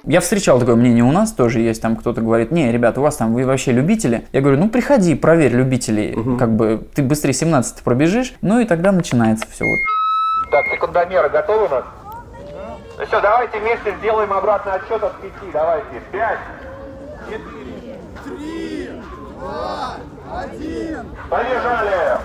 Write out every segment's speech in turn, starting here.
Я встречал такое мнение у нас, тоже есть там кто-то говорит, не, ребят, у вас там, вы вообще любители. Я говорю, ну приходи, проверь любителей, как бы ты быстрее 17 пробежишь, ну и тогда начинается все. Вот. Так, секундомеры готовы у нас? Ну все, давайте вместе сделаем обратный отсчет от 5, давайте. 5, 4, 3, 2, 1. Побежали!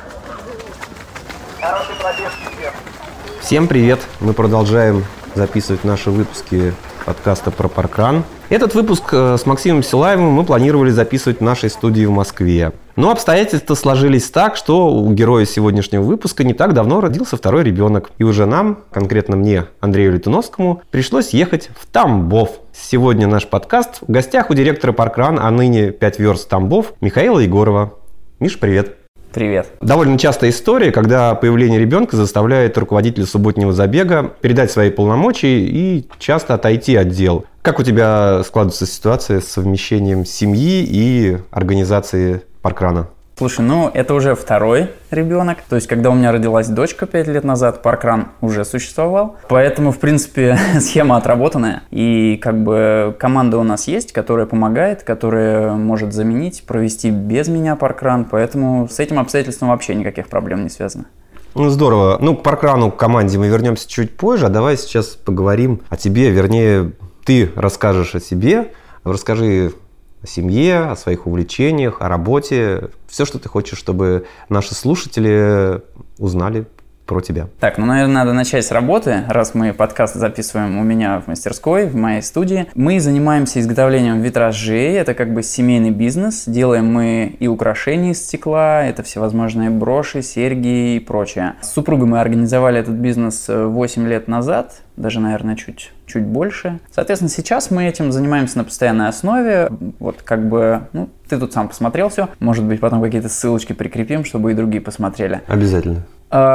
Хорошей пробежки всем. Всем привет! Мы продолжаем записывать наши выпуски подкаста про паркран. Этот выпуск с Максимом Силаевым мы планировали записывать в нашей студии в Москве. Но обстоятельства сложились так, что у героя сегодняшнего выпуска не так давно родился второй ребенок. И уже нам, конкретно мне, Андрею Летуновскому, пришлось ехать в Тамбов. Сегодня наш подкаст в гостях у директора паркран, а ныне 5 верст Тамбов, Михаила Егорова. Миш, привет! Привет. Довольно частая история, когда появление ребенка заставляет руководителя субботнего забега передать свои полномочия и часто отойти от дел. Как у тебя складывается ситуация с совмещением семьи и организации паркрана? Слушай, ну это уже второй ребенок. То есть, когда у меня родилась дочка 5 лет назад, паркран уже существовал. Поэтому, в принципе, схема отработанная. И как бы команда у нас есть, которая помогает, которая может заменить, провести без меня паркран. Поэтому с этим обстоятельством вообще никаких проблем не связано. Ну, здорово. Ну, к паркрану, к команде мы вернемся чуть позже. А давай сейчас поговорим о тебе. Вернее, ты расскажешь о себе. Расскажи о семье, о своих увлечениях, о работе. Все, что ты хочешь, чтобы наши слушатели узнали про тебя. Так, ну, наверное, надо начать с работы. Раз мы подкаст записываем у меня в мастерской, в моей студии. Мы занимаемся изготовлением витражей. Это как бы семейный бизнес. Делаем мы и украшения из стекла, это всевозможные броши, серьги и прочее. С супругой мы организовали этот бизнес 8 лет назад. Даже, наверное, чуть больше. Соответственно, сейчас мы этим занимаемся на постоянной основе. Вот как бы, ну, ты тут сам посмотрел все. Может быть, потом какие-то ссылочки прикрепим, чтобы и другие посмотрели. Обязательно.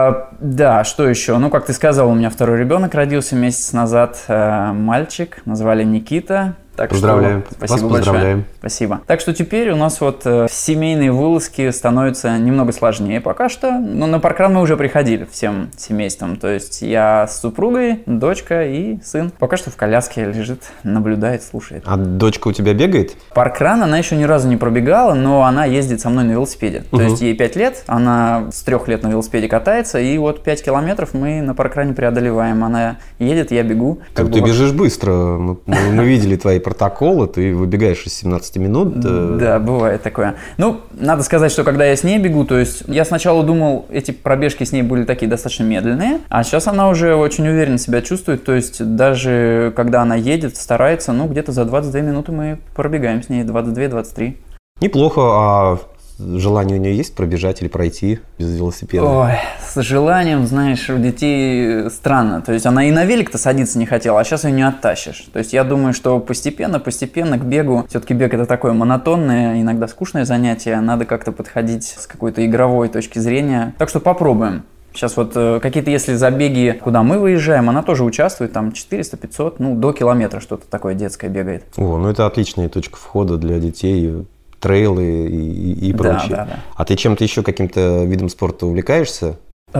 Да, что еще? Ну, как ты сказал, у меня второй ребенок родился месяц назад. Мальчик, назвали Никита. Так поздравляем. Что, спасибо Вас поздравляем. Большое. Спасибо. Так что теперь у нас вот семейные вылазки становятся немного сложнее пока что. Но на паркран мы уже приходили всем семейством. То есть я с супругой, дочка и сын. Пока что в коляске лежит, наблюдает, слушает. А дочка у тебя бегает? Паркран она еще ни разу не пробегала, но она ездит со мной на велосипеде. То есть ей 5 лет, она с 3 лет на велосипеде катается, и вот 5 километров мы на паркране преодолеваем. Она едет, я бегу. Так ты бежишь быстро. Мы видели твои протоколы, ты выбегаешь из 17 минут. Да, бывает такое. Ну, надо сказать, что когда я с ней бегу, то есть я сначала думал, эти пробежки с ней были такие достаточно медленные, а сейчас она уже очень уверенно себя чувствует, то есть даже когда она едет, старается, ну, где-то за 22 минуты мы пробегаем с ней, 22-23. Неплохо, а желание у нее есть пробежать или пройти без велосипеда? Ой, с желанием, знаешь, у детей странно. То есть она и на велик-то садиться не хотела, а сейчас ее не оттащишь. То есть я думаю, что постепенно к бегу. Все-таки бег это такое монотонное, иногда скучное занятие. Надо как-то подходить с какой-то игровой точки зрения. Так что попробуем. Сейчас вот какие-то, если забеги, куда мы выезжаем, она тоже участвует, там 400-500, ну до километра что-то такое детское бегает. О, ну это отличная точка входа для детей. Трейлы и прочее. Да. А ты чем-то еще, каким-то видом спорта увлекаешься?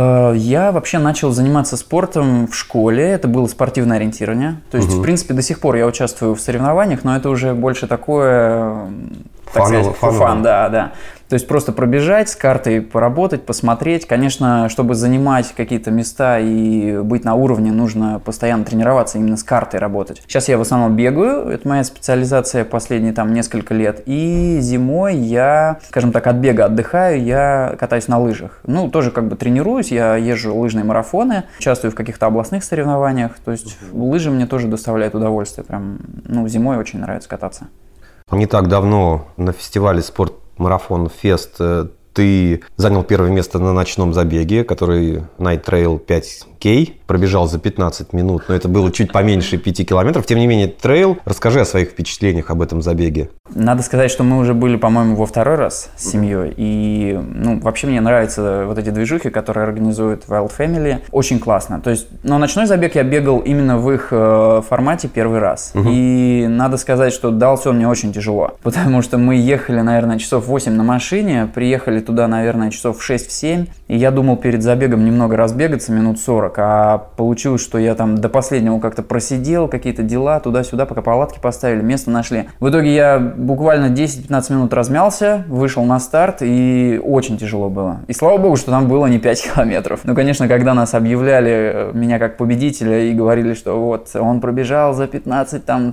Я вообще начал заниматься спортом в школе, это было спортивное ориентирование. То есть, в принципе, до сих пор я участвую в соревнованиях, но это уже больше такое... Фан, да. То есть просто пробежать, с картой поработать, посмотреть. Конечно, чтобы занимать какие-то места и быть на уровне, нужно постоянно тренироваться, именно с картой работать. Сейчас я в основном бегаю, это моя специализация последние там несколько лет. И зимой я, скажем так, от бега отдыхаю, я катаюсь на лыжах. Ну, тоже как бы тренируюсь, я езжу лыжные марафоны, участвую в каких-то областных соревнованиях. То есть лыжи мне тоже доставляют удовольствие. Прям, ну, зимой очень нравится кататься. Не так давно на фестивале «Спорт-марафон Фест» ты занял первое место на ночном забеге, который Night Trail 5K, пробежал за 15 минут, но это было чуть поменьше 5 километров. Тем не менее, трейл. Расскажи о своих впечатлениях об этом забеге. Надо сказать, что мы уже были, по-моему, во второй раз с семьей. И, ну, вообще мне нравятся вот эти движухи, которые организует Wild Family. Очень классно. То есть, но ночной забег я бегал именно в их формате первый раз. И надо сказать, что дался он мне очень тяжело. Потому что мы ехали, наверное, часов 8 на машине, приехали туда, наверное, часов в 6-7. И я думал перед забегом немного разбегаться, минут 40. 40, а получилось, что я там до последнего как-то просидел, какие-то дела туда-сюда, пока палатки поставили, место нашли. В итоге я буквально 10-15 минут размялся, вышел на старт, и очень тяжело было. И слава богу, что там было не 5 километров. Ну, конечно, когда нас объявляли, меня как победителя, и говорили, что вот он пробежал за 15, там,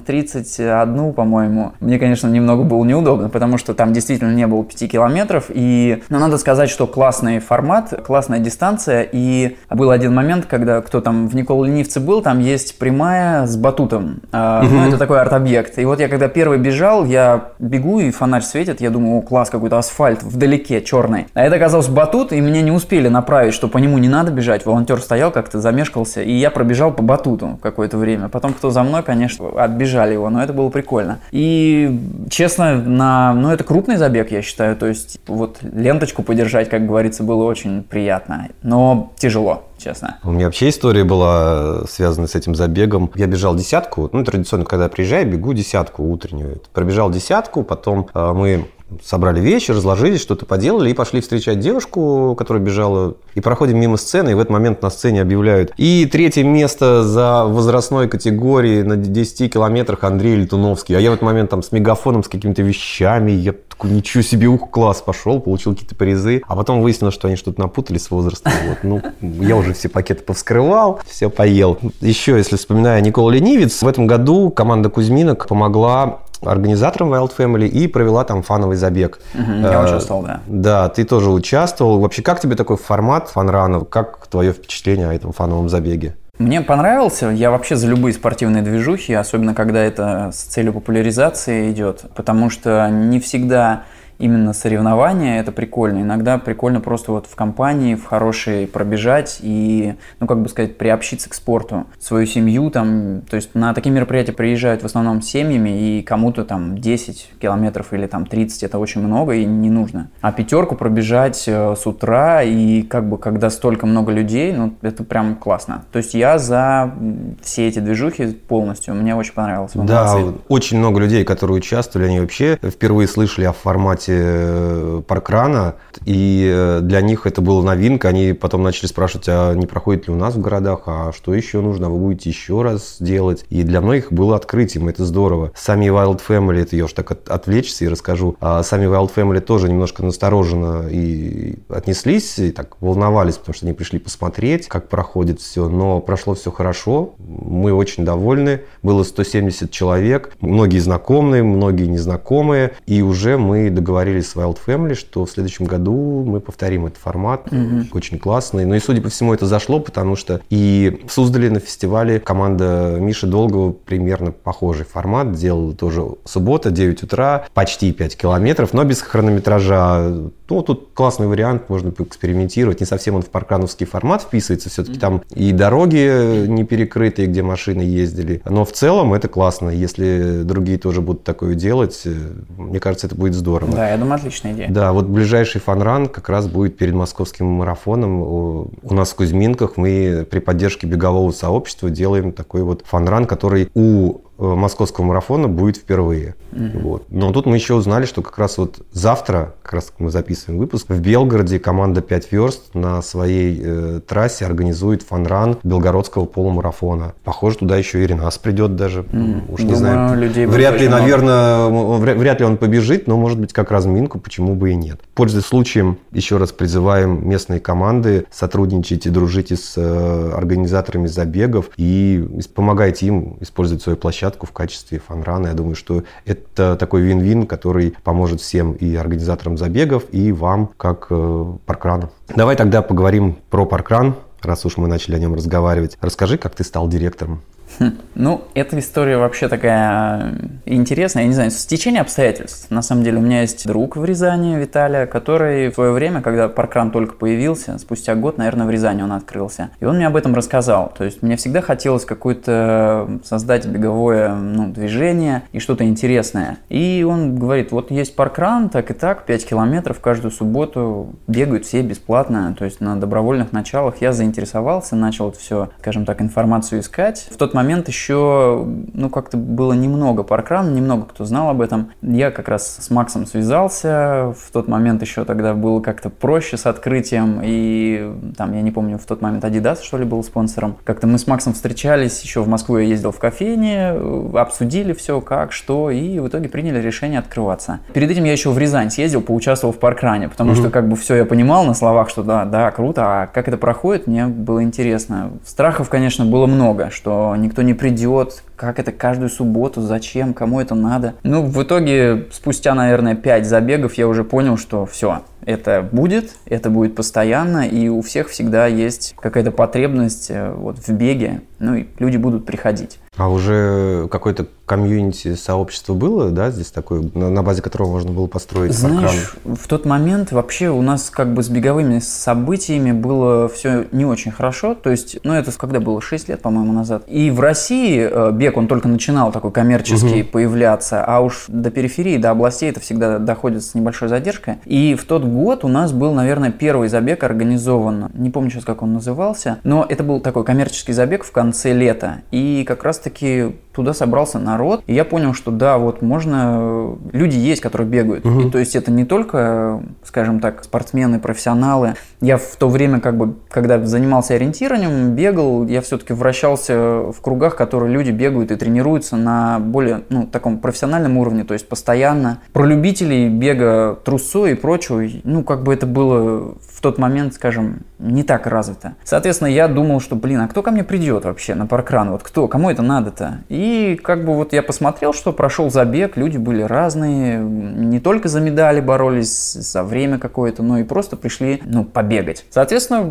31, по-моему, мне, конечно, немного было неудобно, потому что там действительно не было 5 километров, но надо сказать, что классный формат, классная дистанция, и был один момент, когда кто там в Никола-Ленивце был, там есть прямая с батутом, ну, это такой арт-объект, и вот я когда первый бежал, я бегу, и фонарь светит, я думаю, о, класс, какой-то асфальт вдалеке, черный, а это оказался батут, и меня не успели направить, что по нему не надо бежать, волонтер стоял, как-то замешкался, и я пробежал по батуту какое-то время, потом кто за мной, конечно, отбежали его, но это было прикольно, и честно, ну, это крупный забег, я считаю, то есть вот ленточку подержать, как говорится, было очень приятно, но тяжело, честно. У меня вообще история была связана с этим забегом. Я бежал десятку, ну, традиционно, когда я приезжаю, бегу десятку утреннюю. Пробежал десятку, потом мы собрали вещи, разложились, что-то поделали и пошли встречать девушку, которая бежала. И проходим мимо сцены, и в этот момент на сцене объявляют. И третье место за возрастной категории на 10 километрах Андрей Летуновский. А я в этот момент там с мегафоном, с какими-то вещами. Я такой, ничего себе, класс, пошел, получил какие-то призы. А потом выяснилось, что они что-то напутали с возрастом. Вот. Ну, я уже все пакеты повскрывал, все поел. Еще, если вспоминаю Никола Ленивец, в этом году команда Кузьминок помогла организатором Wild Family и провела там фановый забег. Я участвовал, да. Да, ты тоже участвовал. Вообще, как тебе такой формат фанрана? Как твое впечатление о этом фановом забеге? Мне понравился. Я вообще за любые спортивные движухи, особенно когда это с целью популяризации идет, потому что не всегда именно соревнования, это прикольно. Иногда прикольно просто вот в компании, в хорошей пробежать и, ну, как бы сказать, приобщиться к спорту. Свою семью там, то есть на такие мероприятия приезжают в основном семьями, и кому-то там 10 километров или там 30, это очень много и не нужно. А 5 пробежать с утра, и как бы когда столько много людей, ну, это прям классно. То есть я за все эти движухи полностью, мне очень понравилось. Да, очень много людей, которые участвовали, они вообще впервые слышали о формате паркрана, и для них это была новинка. Они потом начали спрашивать, а не проходит ли у нас в городах, а что еще нужно, вы будете еще раз делать. И для многих было открытием, это здорово. Сами Wild Family, это я уж так отвлечься и расскажу, сами Wild Family тоже немножко настороженно и отнеслись, и так волновались, потому что они пришли посмотреть, как проходит все, но прошло все хорошо, мы очень довольны, было 170 человек, многие знакомые, многие незнакомые, и уже мы договорились с Wild Family, что в следующем году мы повторим этот формат. Очень классный. Ну и, судя по всему, это зашло, потому что и в Суздале на фестивале команда Миши Долгого примерно похожий формат делала тоже. Суббота, 9 утра, почти 5 километров, но без хронометража. Ну, тут классный вариант, можно поэкспериментировать. Не совсем он в паркрановский формат вписывается, все-таки там и дороги не перекрытые, где машины ездили. Но в целом это классно. Если другие тоже будут такое делать, мне кажется, это будет здорово. Да, я думаю, отличная идея. Да, вот ближайший фанран как раз будет перед московским марафоном. У нас в Кузьминках мы при поддержке бегового сообщества делаем такой вот фанран, который у московского марафона будет впервые. Вот. Но тут мы еще узнали, что как раз вот завтра, как раз мы записываем выпуск, в Белгороде команда 5 верст на своей трассе организует фанран белгородского полумарафона. Похоже, туда еще и Ренас придет даже. Уж не знаю. Вряд ли, наверное, вряд ли он побежит, но может быть как разминку, почему бы и нет. Пользуясь случаем, еще раз призываем местные команды, сотрудничайте, дружите с организаторами забегов и помогайте им использовать свою площадку в качестве фанрана. Я думаю, что это такой вин-вин, который поможет всем, и организаторам забегов, и вам, как паркрану. Давай тогда поговорим про паркран, раз уж мы начали о нем разговаривать. Расскажи, как ты стал директором. Ну, эта история вообще такая интересная, я не знаю, стечение обстоятельств. На самом деле, у меня есть друг в Рязани, Виталий, который в свое время, когда паркран только появился, спустя год, наверное, в Рязани он открылся. И он мне об этом рассказал. То есть, мне всегда хотелось какое-то создать беговое движение и что-то интересное. И он говорит, вот есть паркран, так и так, 5 километров каждую субботу, бегают все бесплатно, то есть на добровольных началах. Я заинтересовался, начал это все, скажем так, информацию искать. В тот момент момент еще, как-то было немного паркрана, немного кто знал об этом. Я как раз с Максом связался, в тот момент еще тогда было как-то проще с открытием, и там, я не помню, в тот момент Adidas, что ли, был спонсором. Как-то мы с Максом встречались, еще в Москву я ездил в кофейне, обсудили все, как, что, и в итоге приняли решение открываться. Перед этим я еще в Рязань съездил, поучаствовал в паркране, потому что как бы все я понимал на словах, что да, круто, а как это проходит, мне было интересно. Страхов, конечно, было много, что никто не придет, как это каждую субботу, зачем, кому это надо. В итоге, спустя, наверное, 5 забегов я уже понял, что все, это будет постоянно, и у всех всегда есть какая-то потребность в беге, и люди будут приходить. А уже какое-то комьюнити, сообщество было, да, здесь такое, на базе которого можно было построить паркран? Знаешь, в тот момент вообще у нас как бы с беговыми событиями было все не очень хорошо, то есть, это когда было 6 лет, по-моему, назад. И в России бег, он только начинал такой коммерческий появляться, а уж до периферии, до областей это всегда доходит с небольшой задержкой. И в тот год у нас был, наверное, первый забег организован, не помню сейчас, как он назывался, но это был такой коммерческий забег в конце лета, и как раз-таки туда собрался народ, и я понял, что да, можно, люди есть, которые бегают, и то есть это не только, скажем так, спортсмены, профессионалы. Я в то время, когда занимался ориентированием, бегал, я все-таки вращался в кругах, которые люди бегают и тренируются на более, таком профессиональном уровне, то есть постоянно. Про любителей бега трусцой и прочего, это было в тот момент, скажем, не так развито. Соответственно, я думал, что, а кто ко мне придет вообще на паркран? Кому это надо-то? И я посмотрел, что прошел забег, люди были разные, не только за медали боролись, за время какое-то, но и просто пришли, побегать. Соответственно,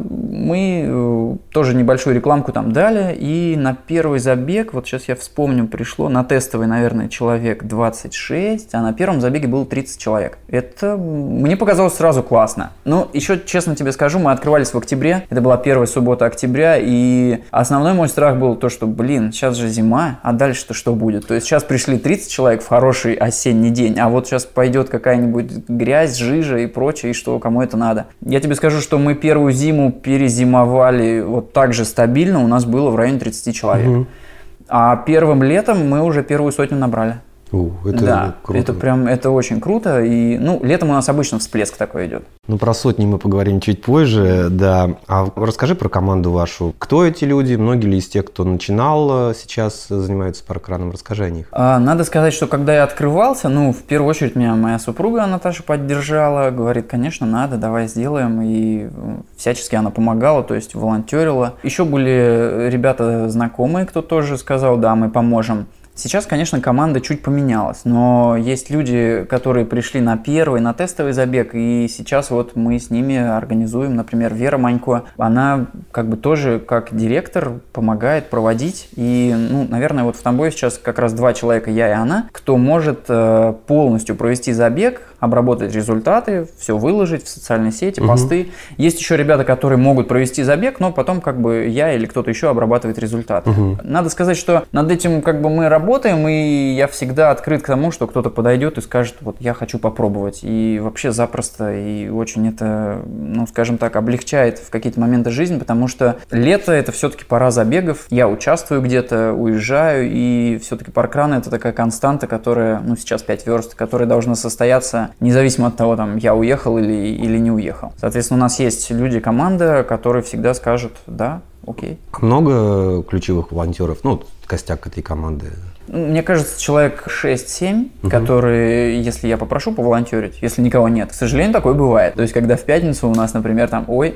мы тоже небольшую рекламку там дали, и на первый забег, сейчас я вспомню, пришло на тестовый, наверное, человек 26, а на первом забеге было 30 человек. Это мне показалось сразу классно. Еще, честно тебе скажу, мы открывались в октябре, это была первая суббота октября, и основной мой страх был то, что, сейчас же зима, а дальше-то что будет? То есть сейчас пришли 30 человек в хороший осенний день, а вот сейчас пойдет какая-нибудь грязь, жижа и прочее, и что, кому это надо? Я тебе скажу, что мы первую зиму перезимовали так же стабильно, у нас было в районе 30 человек. А первым летом мы уже первую сотню набрали. Это круто. Это очень круто. И, летом у нас обычно всплеск такой идет. Про сотни мы поговорим чуть позже, да. А расскажи про команду вашу. Кто эти люди? Многие ли из тех, кто начинал, сейчас занимаются паркраном? Расскажи о них. Надо сказать, что когда я открывался, в первую очередь меня моя супруга Наташа поддержала. Говорит, конечно, надо, давай сделаем. И всячески она помогала, то есть волонтерила. Еще были ребята знакомые, кто тоже сказал, да, мы поможем. Сейчас, конечно, команда чуть поменялась, но есть люди, которые пришли на первый, на тестовый забег, и сейчас мы с ними организуем, например, Вера Манько, она тоже как директор помогает проводить, и, наверное, в Тамбове сейчас как раз 2 человека, я и она, кто может полностью провести забег, обработать результаты, все выложить в социальные сети, посты. Есть еще ребята, которые могут провести забег, но потом я или кто-то еще обрабатывает результаты. Надо сказать, что над этим мы работаем, и я всегда открыт к тому, что кто-то подойдет и скажет, я хочу попробовать. И вообще запросто, и очень это, скажем так, облегчает в какие-то моменты жизни, потому что лето это все-таки пора забегов. Я участвую где-то, уезжаю, и все-таки паркран это такая константа, которая, сейчас 5 верст, которая должна состояться независимо от того, я уехал или не уехал. Соответственно, у нас есть люди, команда, которые всегда скажут, да, окей. Много ключевых волонтеров, костяк этой команды? Мне кажется, человек 6-7, которые, если я попрошу поволонтерить, если никого нет, к сожалению, такое бывает. То есть, когда в пятницу у нас, например,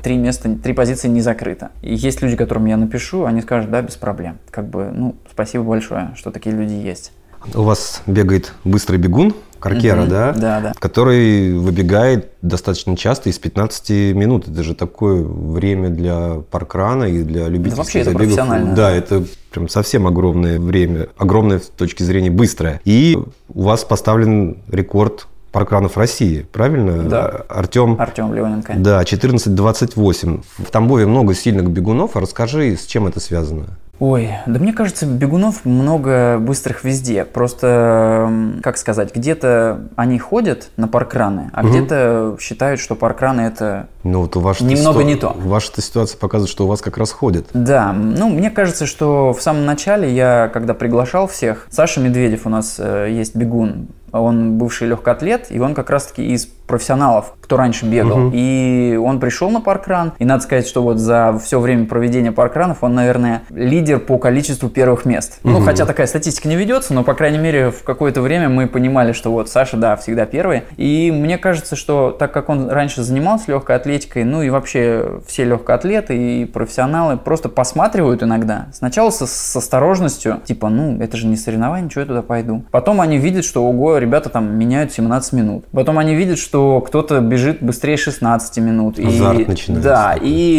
3 позиции не закрыто. И есть люди, которым я напишу, они скажут, да, без проблем. Спасибо большое, что такие люди есть. У вас бегает быстрый бегун, Каркера, да, который выбегает достаточно часто из 15 минут. Это же такое время для паркрана и для любительских забегов. Это профессионально. Да, это прям совсем огромное время, огромное с точки зрения быстрое. И у вас поставлен рекорд паркранов России, правильно? Да. Артем Леоненко. Да, 14:28. В Тамбове много сильных бегунов. А расскажи, с чем это связано? Ой, да мне кажется, бегунов много быстрых везде. Просто, как сказать, где-то они ходят на паркраны, а где-то считают, что паркраны это немного не то. Ваша ситуация показывает, что у вас как раз ходят. Да, мне кажется, что в самом начале я, когда приглашал всех, Саша Медведев у нас есть бегун, он бывший легкоатлет, и он как раз-таки из профессионалов, кто раньше бегал. И он пришел на паркран, и надо сказать, что вот за все время проведения паркранов он, наверное, лидер по количеству первых мест. Хотя такая статистика не ведется, но, по крайней мере, в какое-то время мы понимали, что вот Саша, да, всегда первый. И мне кажется, что так как он раньше занимался легкой атлетикой, и вообще все легкоатлеты и профессионалы просто посматривают иногда. Сначала с осторожностью, типа, это же не соревнование, что я туда пойду. Потом они видят, что, ого, ребята там меняют 17 минут. Потом они видят, что кто-то бежит быстрее 16 минут. Азарт начинается. Да,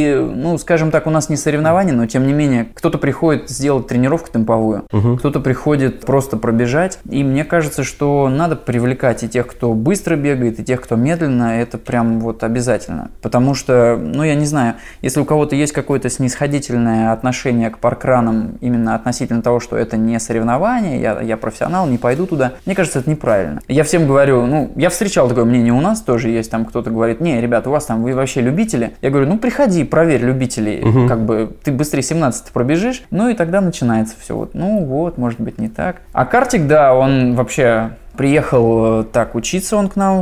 и, скажем так, у нас не соревнование, но тем не менее, кто-то приходит сделать тренировку темповую, кто-то приходит просто пробежать. И мне кажется, что надо привлекать и тех, кто быстро бегает, и тех, кто медленно. Это прям вот обязательно. Потому что, я не знаю, если у кого-то есть какое-то снисходительное отношение к паркранам именно относительно того, что это не соревнование, я профессионал, не пойду туда, мне кажется, это неправильно. Я всем говорю, я встречал такое мнение у нас тоже есть, там кто-то говорит, не, ребят, у вас там, вы вообще любители. Я говорю, приходи, проверь любителей, как бы ты быстрее 17 пробежишь, и тогда начинается все. Может быть не так. А Картик, да, он вообще приехал так учиться он к нам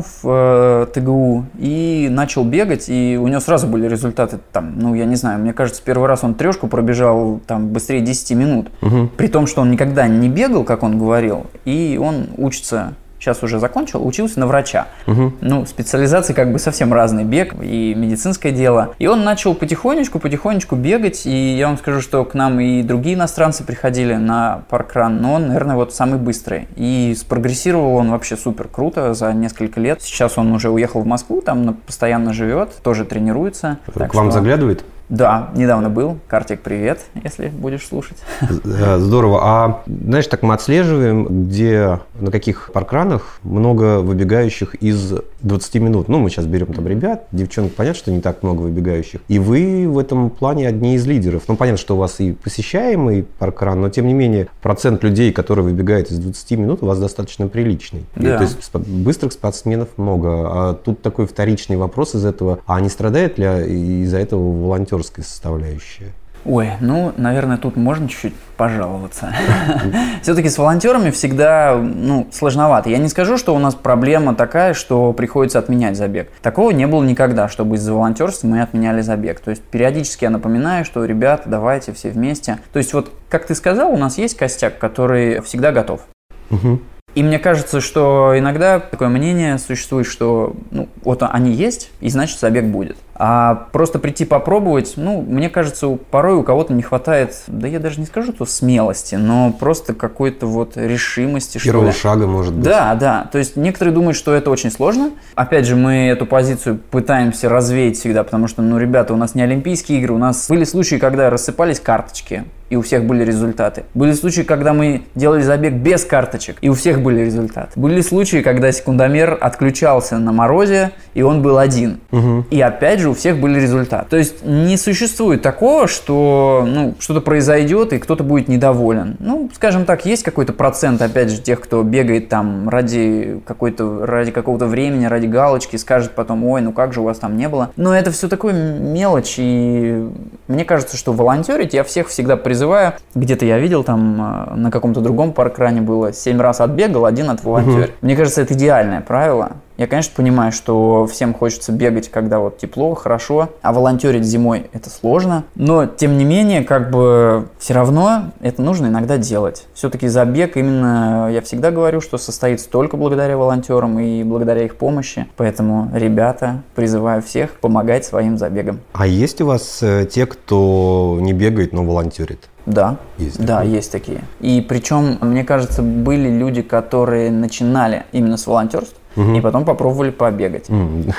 в ТГУ и начал бегать, и у него сразу были результаты там, я не знаю, мне кажется, первый раз он 3 пробежал там быстрее 10 минут, при том, что он никогда не бегал, как он говорил, и он учится. Сейчас уже закончил, учился на врача. Специализации как бы совсем разный, бег и медицинское дело. И он начал потихонечку бегать, и я вам скажу, что к нам и другие иностранцы приходили на паркран, но он, наверное, вот самый быстрый. И спрогрессировал он вообще супер круто за несколько лет. Сейчас он уже уехал в Москву, там постоянно живет, тоже тренируется. К вам заглядывает? Да, недавно был. Картик, привет, если будешь слушать. Здорово. А, знаешь, так мы отслеживаем, на каких паркранах много выбегающих из 20 минут. Мы сейчас берем там ребят, девчонок, понятно, что не так много выбегающих. И вы в этом плане одни из лидеров. Понятно, что у вас и посещаемый паркран, но тем не менее процент людей, которые выбегают из 20 минут, у вас достаточно приличный. Да. То есть быстрых спортсменов много. А тут такой вторичный вопрос из этого. А не страдает ли из-за этого волонтерская составляющая? Ой, наверное, тут можно чуть-чуть пожаловаться. Все-таки с волонтерами всегда, сложновато. Я не скажу, что у нас проблема такая, что приходится отменять забег. Такого не было никогда, чтобы из-за волонтерства мы отменяли забег. То есть периодически я напоминаю, что, ребята, давайте все вместе. То есть вот, как ты сказал, у нас есть костяк, который всегда готов. И мне кажется, что иногда такое мнение существует, что вот они есть, и значит забег будет. А просто прийти попробовать, мне кажется, порой у кого-то не хватает, да я даже не скажу, что смелости, но просто какой-то вот решимости. Первого шага, может быть. Да. То есть некоторые думают, что это очень сложно. Опять же, мы эту позицию пытаемся развеять всегда, потому что, ребята, у нас не Олимпийские игры, у нас были случаи, когда рассыпались карточки, и у всех были результаты. Были случаи, когда мы делали забег без карточек, и у всех были результаты. Были случаи, когда секундомер отключался на морозе, и он был один. И опять же, у всех были результаты. То есть не существует такого, что что-то произойдет, и кто-то будет недоволен. Скажем так, есть какой-то процент, опять же, тех, кто бегает там ради какого-то времени, ради галочки, скажет потом, ой, как же у вас там не было. Но это все такое мелочь, и мне кажется, что волонтерить я всех всегда призываю. Где-то я видел там на каком-то другом паркране было 7 раз отбегал, 1 отволонтерил. Мне кажется, это идеальное правило. Я, конечно, понимаю, что всем хочется бегать, когда вот тепло, хорошо, а волонтерить зимой это сложно. Но, тем не менее, все равно это нужно иногда делать. Все-таки забег именно, я всегда говорю, что состоится только благодаря волонтерам и благодаря их помощи. Поэтому, ребята, призываю всех помогать своим забегам. А есть у вас те, кто не бегает, но волонтерит? Да, есть такие. И причем, мне кажется, были люди, которые начинали именно с волонтерства. и потом попробовали побегать.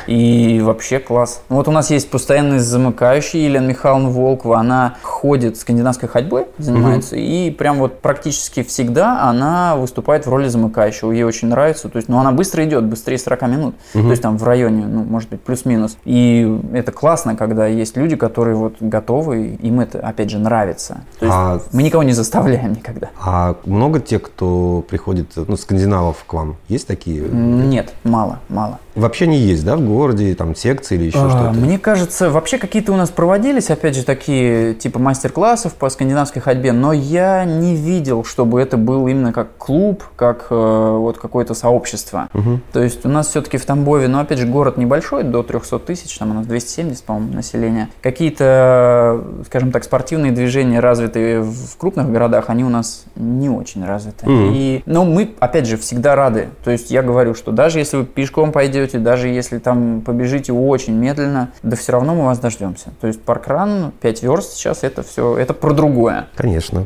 И вообще класс. Вот у нас есть постоянный замыкающий Елена Михайловна Волкова, она ходит скандинавской ходьбой, занимается, и прям вот практически всегда она выступает в роли замыкающего. Ей очень нравится, то есть, она быстро идет, быстрее 40 минут, то есть там в районе, может быть, плюс-минус. И это классно, когда есть люди, которые вот готовы, им это, опять же, нравится. То есть мы никого не заставляем никогда. А много тех, кто приходит, скандинавов к вам, есть такие? Нет, мало. Вообще не есть, да, в городе, там, секции или еще что-то? Мне кажется, вообще какие-то у нас проводились, опять же, такие типа мастер-классов по скандинавской ходьбе, но я не видел, чтобы это был именно как клуб, как вот какое-то сообщество. То есть у нас все-таки в Тамбове, опять же, город небольшой, до 300 тысяч, там у нас 270, по-моему, населения. Какие-то, скажем так, спортивные движения, развитые в крупных городах, они у нас не очень развиты. Но мы, опять же, всегда рады. То есть я говорю, что даже если вы пешком пойдете, даже если там побежите очень медленно, да все равно мы вас дождемся. То есть паркран, 5 верст сейчас, это все, это про другое. Конечно.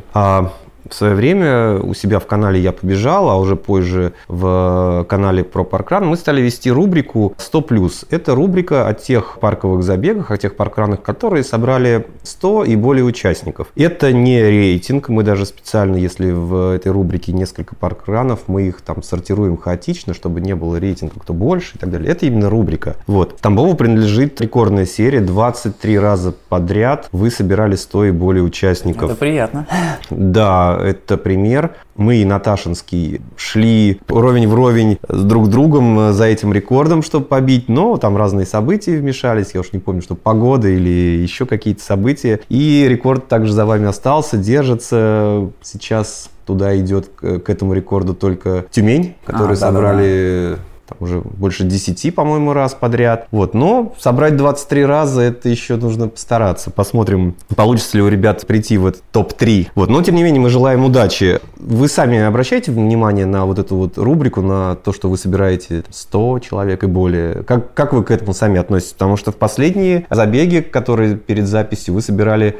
В свое время у себя в канале «Я побежал», а уже позже в канале про паркран мы стали вести рубрику «100+». Это рубрика о тех парковых забегах, о тех паркранах, которые собрали 100 и более участников. Это не рейтинг, мы даже специально, если в этой рубрике несколько паркранов, мы их там сортируем хаотично, чтобы не было рейтинга, кто больше и так далее. Это именно рубрика. Вот. Тамбову принадлежит рекордная серия, 23 раза подряд вы собирали 100 и более участников. Это приятно. Да, это пример. Мы и Наташинский шли уровень в уровень друг с другом за этим рекордом, чтобы побить, но там разные события вмешались, я уж не помню, что погода или еще какие-то события, и рекорд также за вами остался, держится. Сейчас туда идет к этому рекорду только Тюмень, которые собрали... уже больше 10, по-моему, раз подряд. Вот. Но собрать 23 раза, это еще нужно постараться. Посмотрим, получится ли у ребят прийти в этот топ-3. Вот. Но, тем не менее, мы желаем удачи. Вы сами обращаете внимание на вот эту вот рубрику, на то, что вы собираете 100 человек и более? Как вы к этому сами относитесь? Потому что в последние забеги, которые перед записью, вы собирали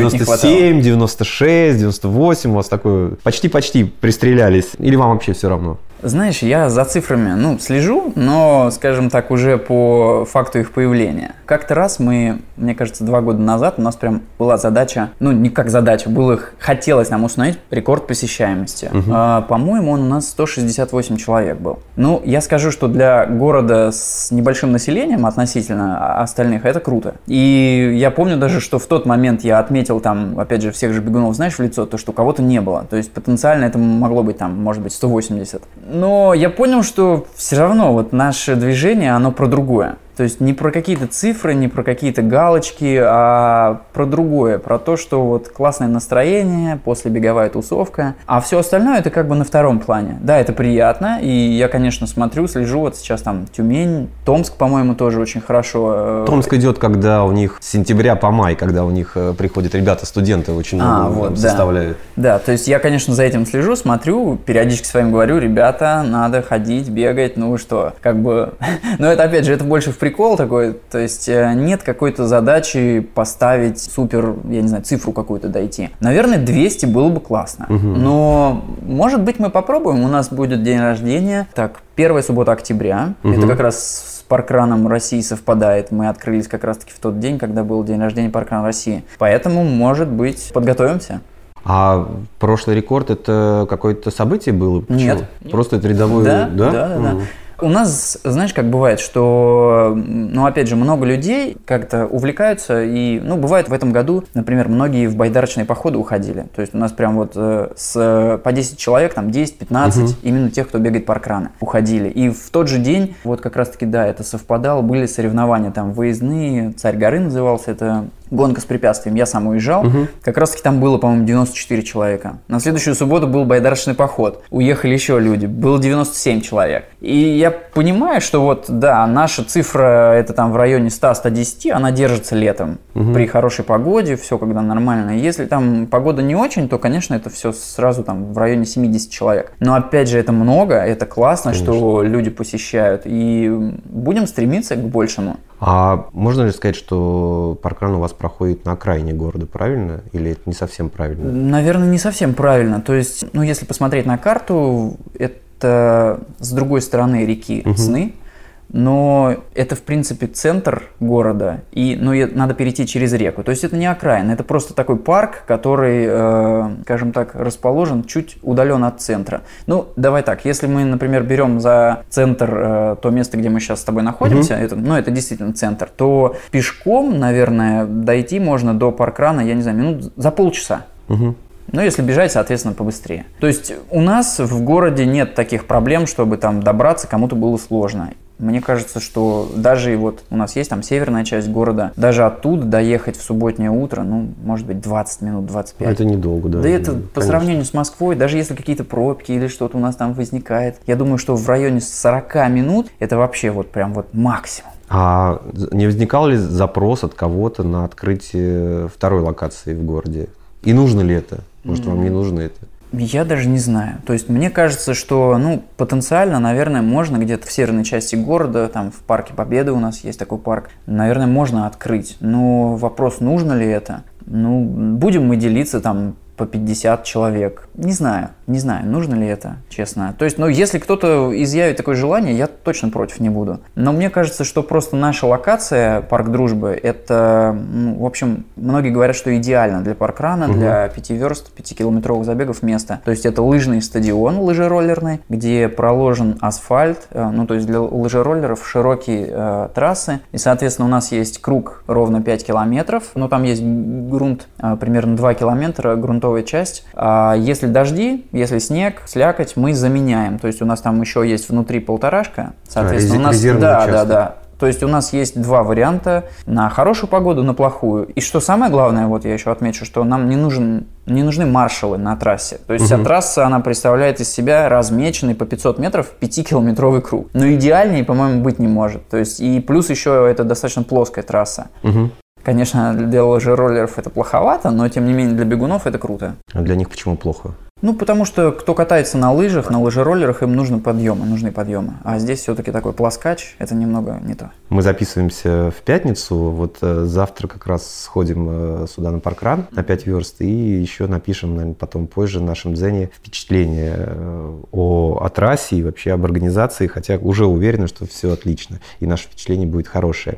97, 96, 98. У вас такое почти-почти пристрелялись. Или вам вообще все равно? Знаешь, я за цифрами, слежу, но, скажем так, уже по факту их появления. Как-то раз мне кажется, 2 года назад у нас прям была задача, не как задача, хотелось нам установить рекорд посещаемости. По-моему, он у нас 168 человек был. Я скажу, что для города с небольшим населением относительно остальных это круто. И я помню даже, что в тот момент я отметил там, опять же, всех же бегунов, знаешь, в лицо, то, что у кого-то не было. То есть потенциально это могло быть там, может быть, 180. Но я понял, что все равно вот наше движение, оно про другое. То есть не про какие-то цифры, не про какие-то галочки, а про другое, про то, что вот классное настроение, после беговая тусовка, а все остальное это как бы на втором плане. Да, это приятно, и я, конечно, смотрю, слежу, вот сейчас там Тюмень, Томск, по-моему, тоже очень хорошо. Томск идет, когда у них с сентября по май, когда у них приходят ребята, студенты очень много составляют. Да, то есть я, конечно, за этим слежу, смотрю, периодически своим говорю, ребята, надо ходить, бегать, но это опять же, это больше в прикол такой, то есть нет какой-то задачи поставить супер, я не знаю, цифру какую-то дойти. Наверное, 200 было бы классно, но, может быть, мы попробуем, у нас будет день рождения, первая суббота октября, это как раз с паркраном России совпадает, мы открылись как раз-таки в тот день, когда был день рождения паркрана России, поэтому, может быть, подготовимся. А прошлый рекорд это какое-то событие было? Нет. Просто это рядовой... Да. У нас, знаешь, как бывает, что, опять же, много людей как-то увлекаются, и, бывает в этом году, например, многие в байдарочные походы уходили. То есть у нас прям вот по 10 человек, там 10-15, именно тех, кто бегает паркраны, уходили. И в тот же день, вот как раз-таки, да, это совпадало, были соревнования там выездные, «Царь горы» назывался, это гонка с препятствием, я сам уезжал, как раз-таки там было, по-моему, 94 человека. На следующую субботу был байдарочный поход, уехали еще люди, было 97 человек. И я понимаю, что вот, да, наша цифра, это там в районе 100-110, она держится летом, при хорошей погоде, все когда нормально. Если там погода не очень, то, конечно, это все сразу там в районе 70 человек. Но, опять же, это много, это классно, конечно, что люди посещают, и будем стремиться к большему. А можно ли сказать, что паркран у вас проходит на окраине города, правильно? Или это не совсем правильно? Наверное, не совсем правильно. То есть, если посмотреть на карту, это с другой стороны реки Сны. Но это, в принципе, центр города, и надо перейти через реку. То есть это не окраина, это просто такой парк, который, скажем так, расположен чуть удален от центра. Ну, давай так, если мы, например, берем за центр то место, где мы сейчас с тобой находимся, это действительно центр, то пешком, наверное, дойти можно до паркрана, я не знаю, минут за полчаса. Ну, если бежать, соответственно, побыстрее. То есть у нас в городе нет таких проблем, чтобы там добраться кому-то было сложно. Мне кажется, что даже вот у нас есть там северная часть города, даже оттуда доехать в субботнее утро, может быть, 20 минут, 25. Это недолго, да. Да это по сравнению с Москвой, даже если какие-то пробки или что-то у нас там возникает, я думаю, что в районе 40 минут это вообще вот прям вот максимум. А не возникал ли запрос от кого-то на открытие второй локации в городе? И нужно ли это? Может, вам не нужно это? Я даже не знаю. То есть мне кажется, что потенциально, наверное, можно где-то в северной части города, там в Парке Победы у нас есть такой парк, наверное, можно открыть. Но вопрос, нужно ли это? Будем мы делиться там по 50 человек. Не знаю, нужно ли это, честно. То есть, если кто-то изъявит такое желание, я точно против не буду. Но мне кажется, что просто наша локация, Парк Дружбы, это, в общем, многие говорят, что идеально для паркрана, для 5 верст, 5-километровых забегов место. То есть, это лыжный стадион лыжероллерный, где проложен асфальт, то есть, для лыжероллеров широкие трассы. И, соответственно, у нас есть круг ровно 5 километров, но там есть грунт примерно 2 километра, грунтовая часть. А если дожди, если снег, слякоть, мы заменяем. То есть у нас там еще есть внутри полторашка. Соответственно, у нас да. То есть у нас есть два варианта: на хорошую погоду, на плохую. И что самое главное, вот я еще отмечу, что нам не нужны маршалы на трассе. То есть вся трасса, она представляет из себя размеченный по 500 метров 5-километровый круг. Но идеальнее, по-моему, быть не может. То есть и плюс еще это достаточно плоская трасса. Конечно, для лыжероллеров это плоховато, но тем не менее для бегунов это круто. А для них почему плохо? Потому что кто катается на лыжах, на лыжероллерах, им нужны подъемы. А здесь все-таки такой плоскач, это немного не то. Мы записываемся в пятницу, вот завтра как раз сходим сюда на паркран на 5 верст и еще напишем, наверное, потом позже в нашем дзене впечатления о трассе и вообще об организации, хотя уже уверены, что все отлично и наше впечатление будет хорошее.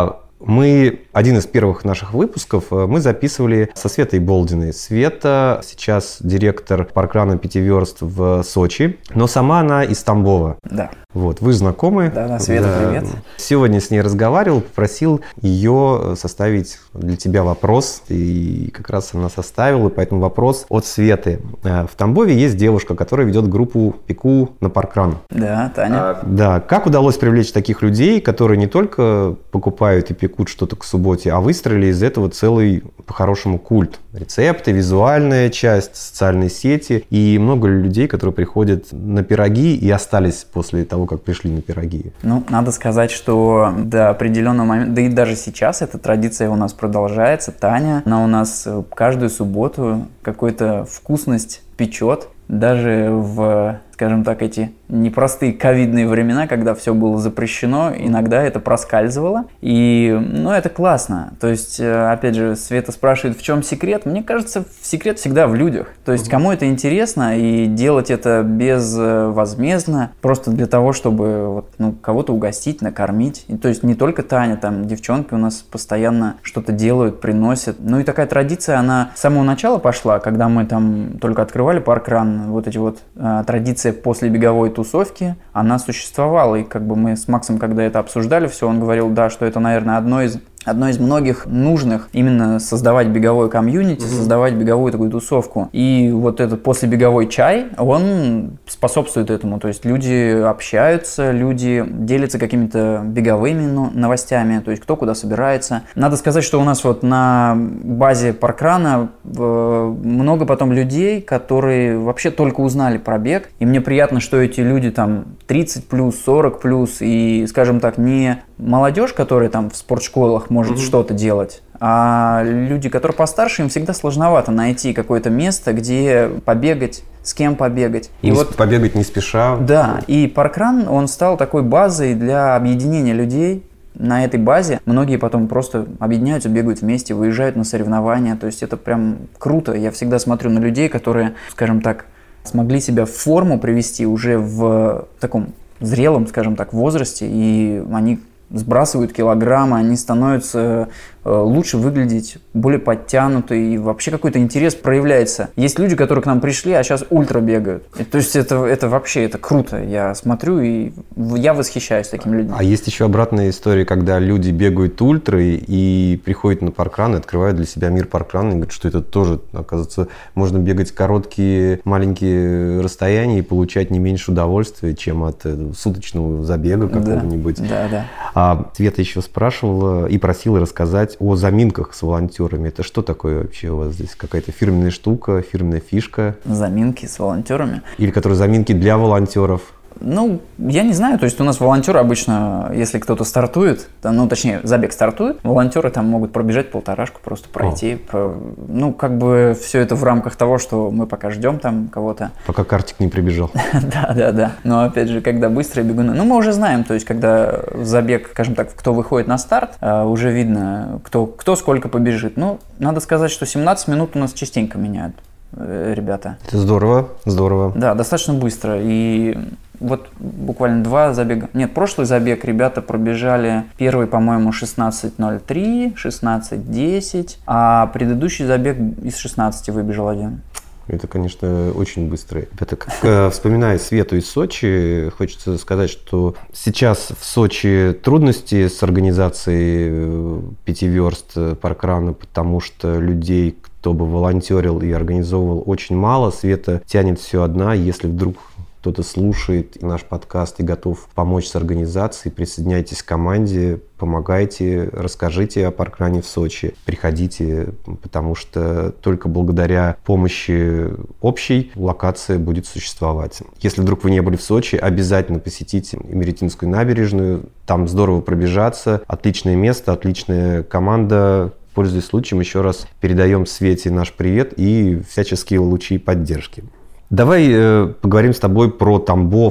Один из первых наших выпусков мы записывали со Светой Болдиной. Света сейчас директор паркрана 5 верст в Сочи, но сама она из Тамбова. Да. Вот, вы знакомы. Да, Света, привет. Сегодня с ней разговаривал, попросил ее составить для тебя вопрос, и как раз она составила, поэтому вопрос от Светы. В Тамбове есть девушка, которая ведет группу «Пеку на паркран». Да, Таня. Да, как удалось привлечь таких людей, которые не только покупают и пекут что-то к субботе, а выстроили из этого целый, по-хорошему, культ. Рецепты, визуальная часть, социальные сети и много людей, которые приходят на пироги и остались после того, как пришли на пироги. Надо сказать, что до определенного момента, да и даже сейчас эта традиция у нас продолжается. Таня, она у нас каждую субботу какую-то вкусность печет. Даже в, скажем так, эти непростые ковидные времена, когда все было запрещено, иногда это проскальзывало. И, это классно. То есть, опять же, Света спрашивает, в чем секрет? Мне кажется, секрет всегда в людях. То есть, кому это интересно, и делать это безвозмездно, просто для того, чтобы кого-то угостить, накормить. И, то есть, не только Таня, там девчонки у нас постоянно что-то делают, приносят. И такая традиция, она с самого начала пошла, когда мы там только открывали паркран. Традиция после беговой тусовки, она существовала. И мы с Максом, когда это обсуждали все, он говорил, да, что это, наверное, одно из многих нужных именно создавать беговой комьюнити, создавать беговую такую тусовку. И вот этот послебеговой чай, он способствует этому. То есть люди общаются, люди делятся какими-то беговыми новостями, то есть кто куда собирается. Надо сказать, что у нас на базе паркрана много потом людей, которые вообще только узнали про бег. И мне приятно, что эти люди там 30+, 40+, и, скажем так, не молодежь, которая там в спортшколах может что-то делать, а люди, которые постарше, им всегда сложновато найти какое-то место, где побегать, с кем побегать. И побегать не спеша. Да, и паркран, он стал такой базой для объединения людей. На этой базе многие потом просто объединяются, бегают вместе, выезжают на соревнования. То есть это прям круто. Я всегда смотрю на людей, которые, скажем так, смогли себя в форму привести уже в таком зрелом, скажем так, возрасте, и они сбрасывают килограммы, они становятся лучше выглядеть, более подтянутые, и вообще какой-то интерес проявляется. Есть люди, которые к нам пришли, а сейчас ультра бегают. То есть это вообще это круто. Я смотрю, и я восхищаюсь такими людьми. А есть еще обратная история, когда люди бегают ультрой и приходят на паркран и открывают для себя мир паркрана и говорят, что это тоже, оказывается, можно бегать короткие, маленькие расстояния и получать не меньше удовольствия, чем от суточного забега какого-нибудь. Да. А Света еще спрашивала и просила рассказать о заминках с волонтерами. Это что такое вообще у вас здесь? Какая-то фирменная штука, фирменная фишка? Заминки с волонтерами? Или которые заминки для волонтеров? Ну, я не знаю, то есть у нас волонтеры обычно, если кто-то стартует, ну, точнее, забег стартует, волонтеры там могут пробежать полторашку, просто пройти. Ну, как бы все это в рамках того, что мы пока ждем там кого-то. Пока картик не прибежал. Да. Но опять же, когда быстрые бегуны, ну, мы уже знаем, то есть когда забег, скажем так, кто выходит на старт, уже видно, кто сколько побежит. Ну, надо сказать, что 17 минут у нас частенько меняют ребята. Это здорово. Да, достаточно быстро. И вот буквально 2 забега. Нет, прошлый забег ребята пробежали первый, по-моему, 16:03, 16:10, а предыдущий забег из 16 выбежал один. Это, конечно, очень быстро. Это как вспоминая Свету из Сочи, хочется сказать, что сейчас в Сочи трудности с организацией 5 верст паркрана, потому что людей, кто бы волонтерил и организовывал, очень мало. Света тянет все одна. Если вдруг кто-то слушает наш подкаст и готов помочь с организацией, присоединяйтесь к команде, помогайте, расскажите о паркране в Сочи, приходите, потому что только благодаря помощи общей локация будет существовать. Если вдруг вы не были в Сочи, обязательно посетите Имеретинскую набережную, там здорово пробежаться, отличное место, отличная команда. Пользуясь случаем, еще раз передаем Свете наш привет и всяческие лучи поддержки. Давай поговорим с тобой про Тамбов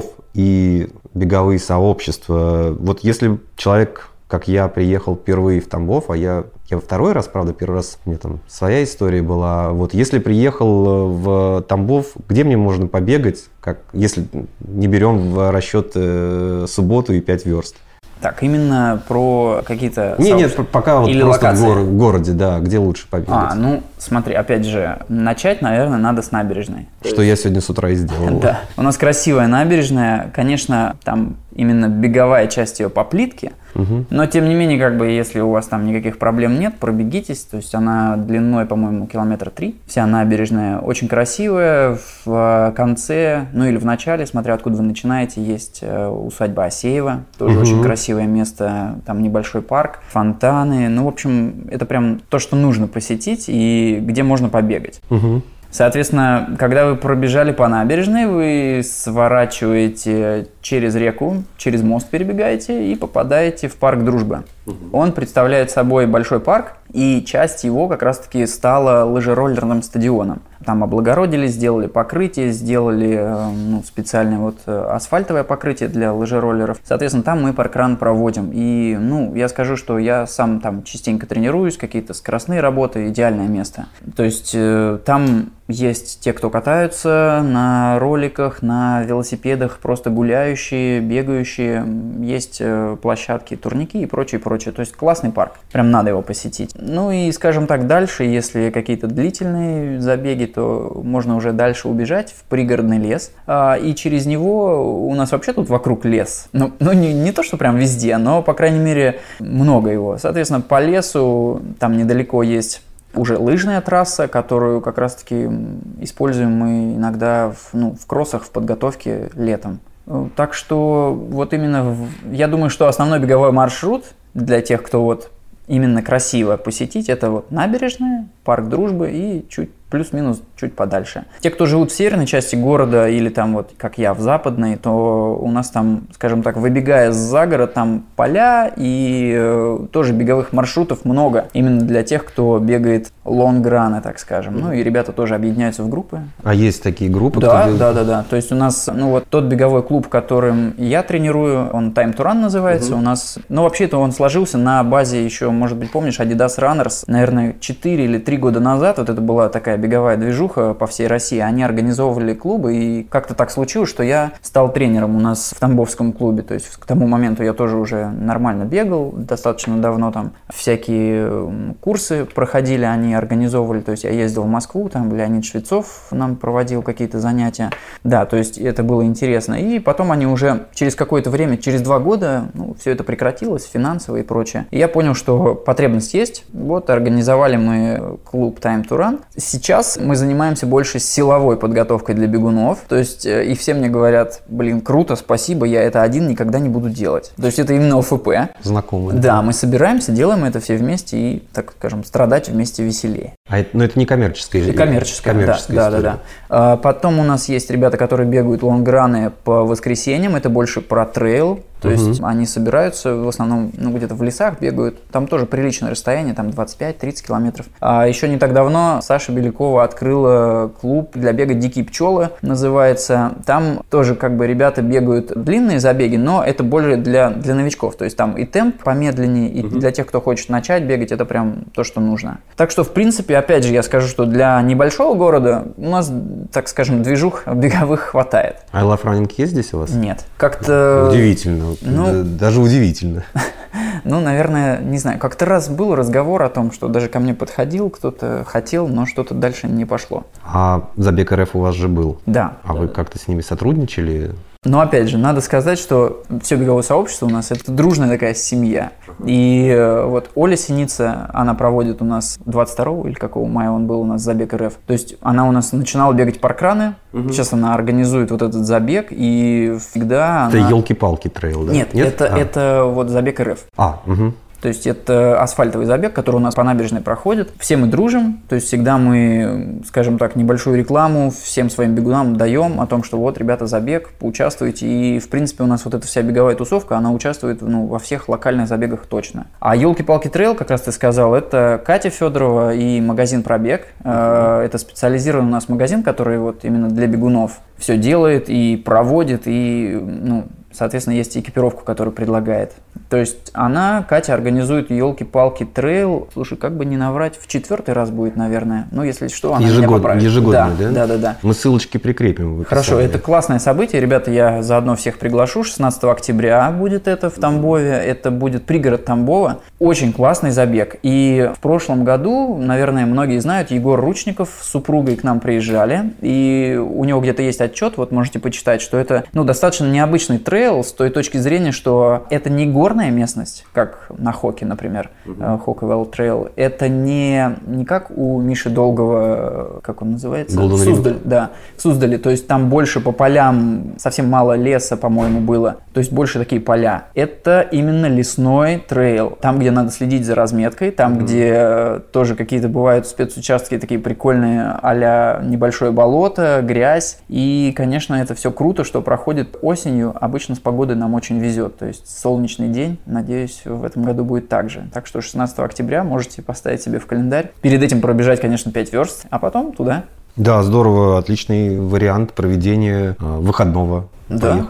и беговые сообщества. Вот если человек, как я, приехал впервые в Тамбов, а я второй раз, правда, первый раз у меня там своя история была. Вот если приехал в Тамбов, где мне можно побегать, если не берем в расчет субботу и 5 верст? Так, именно про какие-то Нет, пока вот или просто локации? В городе, да, где лучше побегать. Ну, смотри, опять же, начать, наверное, надо с набережной. Что я сегодня с утра и сделал. Да, у нас красивая набережная, конечно, там именно беговая часть ее по плитке, но тем не менее, как бы, если у вас там никаких проблем нет, пробегитесь, то есть она длиной, по-моему, 3 километра, вся набережная очень красивая, в конце, ну или в начале, смотря откуда вы начинаете, есть усадьба Асеева, тоже очень красивое место, там небольшой парк, фонтаны, ну, в общем, это прям то, что нужно посетить и где можно побегать. Соответственно, когда вы пробежали по набережной, вы сворачиваете через реку, через мост перебегаете и попадаете в парк Дружбы. Он представляет собой большой парк, и часть его как раз-таки стала лыжероллерным стадионом. Там облагородили, сделали покрытие, сделали специальное асфальтовое покрытие для лыжероллеров. Соответственно, там мы паркран проводим. И, я скажу, что я сам там частенько тренируюсь, какие-то скоростные работы, идеальное место. То есть там есть те, кто катаются на роликах, на велосипедах, просто гуляющие, бегающие. Есть площадки, турники и прочее. То есть классный парк. Прям надо его посетить. Ну и, скажем так, дальше, если какие-то длительные забеги, то можно уже дальше убежать в пригородный лес. И через него у нас вообще тут вокруг лес. Ну не то, что прям везде, но, по крайней мере, много его. Соответственно, по лесу там недалеко есть уже лыжная трасса, которую как раз-таки используем мы иногда в кроссах, в подготовке летом. Так что вот именно, я думаю, что основной беговой маршрут для тех, кто именно красиво посетить, это набережная, парк Дружбы и плюс-минус чуть подальше. Те, кто живут в северной части города или там как я, в западной, то у нас там, скажем так, выбегая за город, там поля и тоже беговых маршрутов много. Именно для тех, кто бегает лонграны, так скажем. Ну и ребята тоже объединяются в группы. А есть такие группы? Да. То есть у нас, тот беговой клуб, которым я тренирую, он Time to Run называется. У нас, вообще-то он сложился на базе еще, может быть, помнишь, Adidas Runners, наверное, 4 или 3 года назад. Вот это была такая беговая движуха по всей России. Они организовывали клубы, и как-то так случилось, что я стал тренером у нас в Тамбовском клубе. То есть к тому моменту я тоже уже нормально бегал, достаточно давно там всякие курсы проходили, они организовывали. То есть я ездил в Москву, там Леонид Швецов нам проводил какие-то занятия. Да, то есть это было интересно. И потом они уже через какое-то время, через 2 года, все это прекратилось, финансово и прочее. И я понял, что потребность есть. Вот организовали мы клуб Time to Run. Сейчас мы занимаемся больше силовой подготовкой для бегунов. То есть и все мне говорят, блин, круто, спасибо, я это один никогда не буду делать. То есть это именно ОФП. Знакомые. Да, мы собираемся, делаем это все вместе и, так скажем, страдать вместе веселее. Но это не коммерческая история. Коммерческая, да. Потом у нас есть ребята, которые бегают лонграны по воскресеньям. Это больше про трейл. То есть они собираются в основном где-то в лесах бегают. Там тоже приличное расстояние, там 25-30 километров. А еще не так давно Саша Белякова открыла клуб для бега «Дикие пчелы», называется. Там тоже ребята бегают длинные забеги, но это более для новичков. То есть там и темп помедленнее, и для тех, кто хочет начать бегать, это прям то, что нужно. Так что, в принципе, опять же, я скажу, что для небольшого города у нас, так скажем, движух беговых хватает. I Love Running есть здесь у вас? Нет. Как-то... Удивительно. Даже удивительно. Наверное, не знаю. Как-то раз был разговор о том, что даже ко мне подходил, кто-то хотел, но что-то дальше не пошло. А забег РФ у вас же был? Да. А вы как-то с ними сотрудничали? Но опять же, надо сказать, что все беговое сообщество у нас – это дружная такая семья. И вот Оля Синица, она проводит у нас 22 или какого мая он был у нас забег РФ. То есть она у нас начинала бегать паркраны, сейчас она организует вот этот забег, и всегда это елки-палки трейл, да? Нет? Это вот забег РФ. То есть это асфальтовый забег, который у нас по набережной проходит. Все мы дружим, то есть всегда мы, скажем так, небольшую рекламу всем своим бегунам даем о том, что вот, ребята, забег, поучаствуйте. И, в принципе, у нас вот эта вся беговая тусовка, она участвует во всех локальных забегах точно. А елки-палки трейл, как раз ты сказал, это Катя Федорова и магазин «Пробег». Это специализированный у нас магазин, который вот именно для бегунов все делает и проводит, и, соответственно, есть экипировку, которую предлагает. То есть Катя, организует елки-палки трейл. Слушай, как бы не наврать, в 4-й раз будет, наверное. Если что, она меня поправит. Ежегодно, да? Да. Мы ссылочки прикрепим в описании. Хорошо, это классное событие. Ребята, я заодно всех приглашу. 16 октября будет это в Тамбове. Это будет пригород Тамбова. Очень классный забег. И в прошлом году, наверное, многие знают, Егор Ручников с супругой к нам приезжали. И у него где-то есть отчет, вот можете почитать, что это достаточно необычный трейл с той точки зрения, что это не горная местность, как на Хоке, например, Хокевелл трейл. Это не как у Миши Долгого, как он называется? Суздаль, да, в Суздале. То есть там больше по полям, совсем мало леса, по-моему, было. То есть больше такие поля. Это именно лесной трейл. Там, где надо следить за разметкой, там, где тоже какие-то бывают спецучастки такие прикольные, а-ля небольшое болото, грязь. И, конечно, это все круто, что проходит осенью. Обычно с погодой нам очень везет. То есть солнечный день, надеюсь, в этом году будет так же. Так что 16 октября можете поставить себе в календарь. Перед этим пробежать, конечно, 5 верст, а потом туда. Да, здорово. Отличный вариант проведения выходного. Да.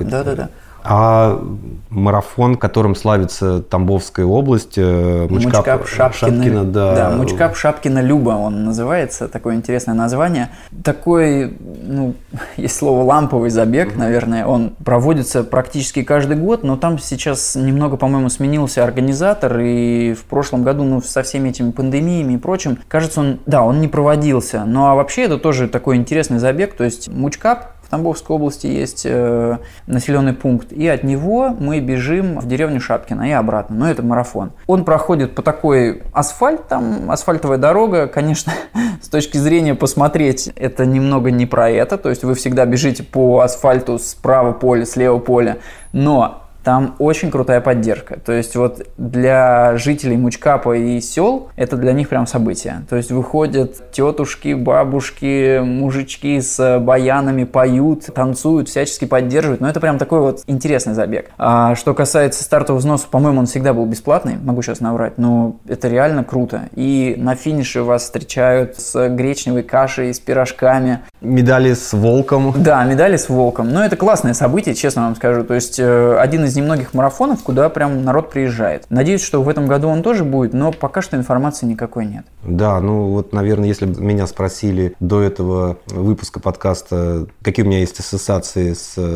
А марафон, которым славится Тамбовская область, Мучкап-Шапкино, да, Мучкап-Шапкино-Люба он называется, такое интересное название. Такой, есть слово ламповый забег, наверное, он проводится практически каждый год, но там сейчас немного, по-моему, сменился организатор, и в прошлом году, со всеми этими пандемиями и прочим, кажется, он не проводился. Ну а вообще это тоже такой интересный забег, то есть Мучкап, в Тамбовской области есть населенный пункт, и от него мы бежим в деревню Шапкино и обратно, но это марафон. Он проходит по такой там асфальтовая дорога, конечно, с точки зрения посмотреть, это немного не про это, то есть вы всегда бежите по асфальту справа поля, слева поля, но там очень крутая поддержка. То есть вот для жителей Мучкапа и сел это для них прям событие. То есть выходят тетушки, бабушки, мужички с баянами, поют, танцуют, всячески поддерживают. Но это прям такой вот интересный забег. А что касается стартового взноса, по-моему, он всегда был бесплатный. Могу сейчас наврать, но это реально круто. И на финише вас встречают с гречневой кашей, с пирожками. Медали с волком. Да, медали с волком. Но это классное событие, честно вам скажу. То есть один из немногих марафонов, куда прям народ приезжает. Надеюсь, что в этом году он тоже будет, но пока что информации никакой нет. Да, ну вот, наверное, если бы меня спросили до этого выпуска подкаста, какие у меня есть ассоциации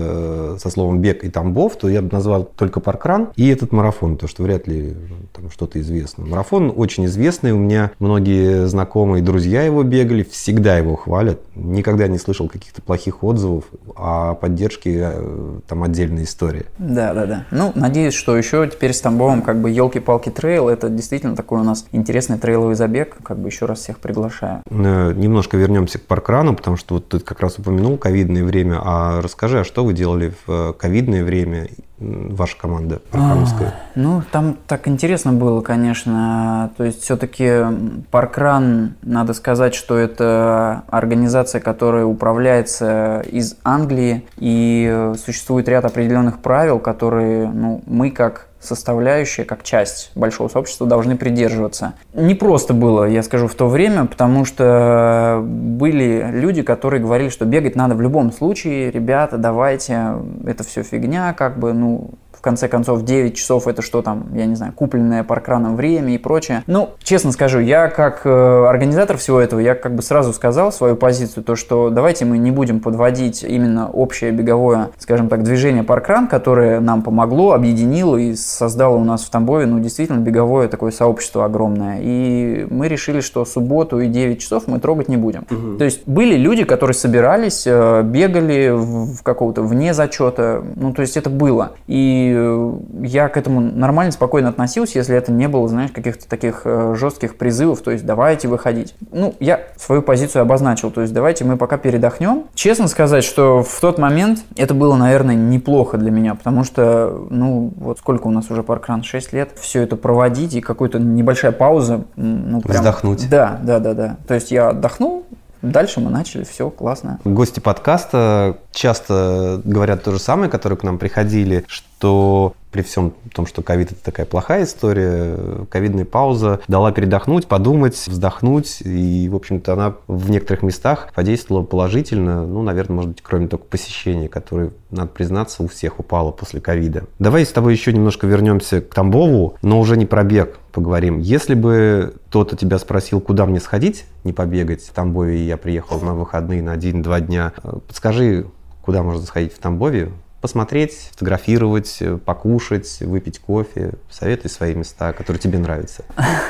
со словом бег и Тамбов, то я бы назвал только паркран и этот марафон, потому что вряд ли там что-то известно. Марафон очень известный, у меня многие знакомые, друзья его бегали, всегда его хвалят. Никогда не слышал каких-то плохих отзывов, а поддержки там отдельная история. Да. Ну, надеюсь, что еще теперь с Тамбовом как бы елки-палки трейл, это действительно такой у нас интересный трейловый забег, как бы еще раз всех приглашаю. Немножко вернемся к паркрану, потому что вот ты как раз упомянул ковидное время, а расскажи, а что вы делали в ковидное время, ваша команда паркрановская? Ну, там так интересно было, конечно. То есть, все-таки Паркран, надо сказать, что это организация, которая управляется из Англии, и существует ряд определенных правил, которые, ну, мы как составляющая, как часть большого сообщества, должны придерживаться. Не просто было, я скажу, в то время, потому что были люди, которые говорили, что бегать надо в любом случае, ребята, давайте, это все фигня, как бы, ну, в конце концов, 9 часов это что там, я не знаю, купленное паркраном время и прочее. Ну, честно скажу, я как организатор всего этого, я как бы сразу сказал свою позицию, то, что давайте мы не будем подводить именно общее беговое, скажем так, движение паркран, которое нам помогло, объединило и создало у нас в Тамбове, ну, действительно, беговое такое сообщество огромное. И мы решили, что субботу и 9 часов мы трогать не будем. То есть были люди, которые собирались, бегали в какого-то вне зачета, ну, то есть это было. И я к этому нормально, спокойно относился, если это не было, знаешь, каких-то таких жестких призывов, то есть давайте выходить. Ну, я свою позицию обозначил, то есть давайте мы пока передохнем. Честно сказать, что в тот момент это было, наверное, неплохо для меня, потому что, ну, вот сколько у нас уже паркран, 6 лет, все это проводить и какая-то небольшая пауза. Ну, прям... Вздохнуть. Да. То есть я отдохнул, дальше мы начали, все классно. Гости подкаста часто говорят то же самое, которые к нам приходили, что при всем том, что ковид – это такая плохая история, ковидная пауза дала передохнуть, подумать, вздохнуть, и, в общем-то, она в некоторых местах подействовала положительно, ну, наверное, может быть, кроме только посещения, которое, надо признаться, у всех упало после ковида. Давай с тобой еще немножко вернемся к Тамбову, но уже не про бег поговорим. Если бы кто-то тебя спросил, куда мне сходить, не побегать в Тамбове, и я приехал на выходные на 1-2 дня, подскажи, куда можно сходить в Тамбове? Посмотреть, фотографировать, покушать, выпить кофе. Советуй свои места, которые тебе нравятся.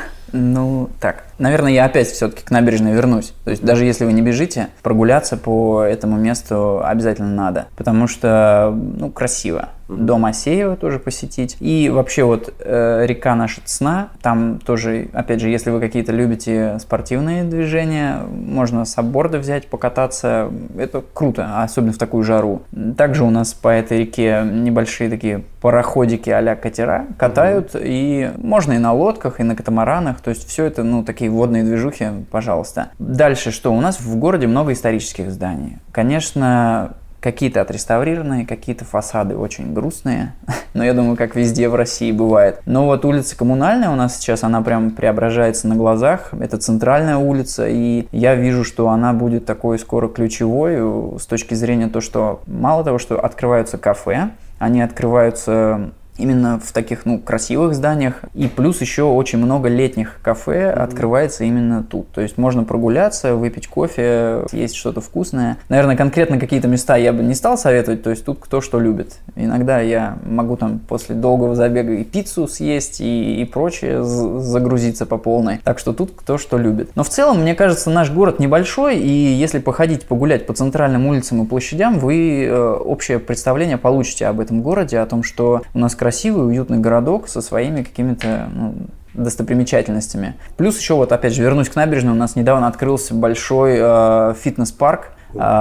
Ну, так, наверное, я опять все-таки к набережной вернусь. То есть даже если вы не бежите, прогуляться по этому месту обязательно надо. Потому что, ну, красиво. Дом Асеева тоже посетить. И вообще вот река наша Цна, там тоже, опять же, если вы какие-то любите спортивные движения, можно сабборды взять, покататься. Это круто, особенно в такую жару. Также у нас по этой реке небольшие такие пароходики а-ля катера катают. И можно и на лодках, и на катамаранах. То есть все это, ну, такие водные движухи, пожалуйста. Дальше что? У нас в городе много исторических зданий. Конечно, какие-то отреставрированные, какие-то фасады очень грустные, но я думаю, как везде в России бывает. Но вот улица Коммунальная у нас сейчас, она прям преображается на глазах. Это центральная улица, и я вижу, что она будет такой скоро ключевой с точки зрения того, что мало того, что открываются кафе, они открываются именно в таких, ну, красивых зданиях. И плюс еще очень много летних кафе открывается именно тут. То есть можно прогуляться, выпить кофе, съесть что-то вкусное. Наверное, конкретно какие-то места я бы не стал советовать. То есть тут кто что любит. Иногда я могу там после долгого забега и пиццу съесть, и прочее, загрузиться по полной. Так что тут кто что любит. Но в целом, мне кажется, наш город небольшой, и если походить, погулять по центральным улицам и площадям, вы общее представление получите об этом городе, о том, что у нас красивый, уютный городок со своими какими-то, ну, достопримечательностями. Плюс еще вот, опять же, вернусь к набережной, у нас недавно открылся большой фитнес-парк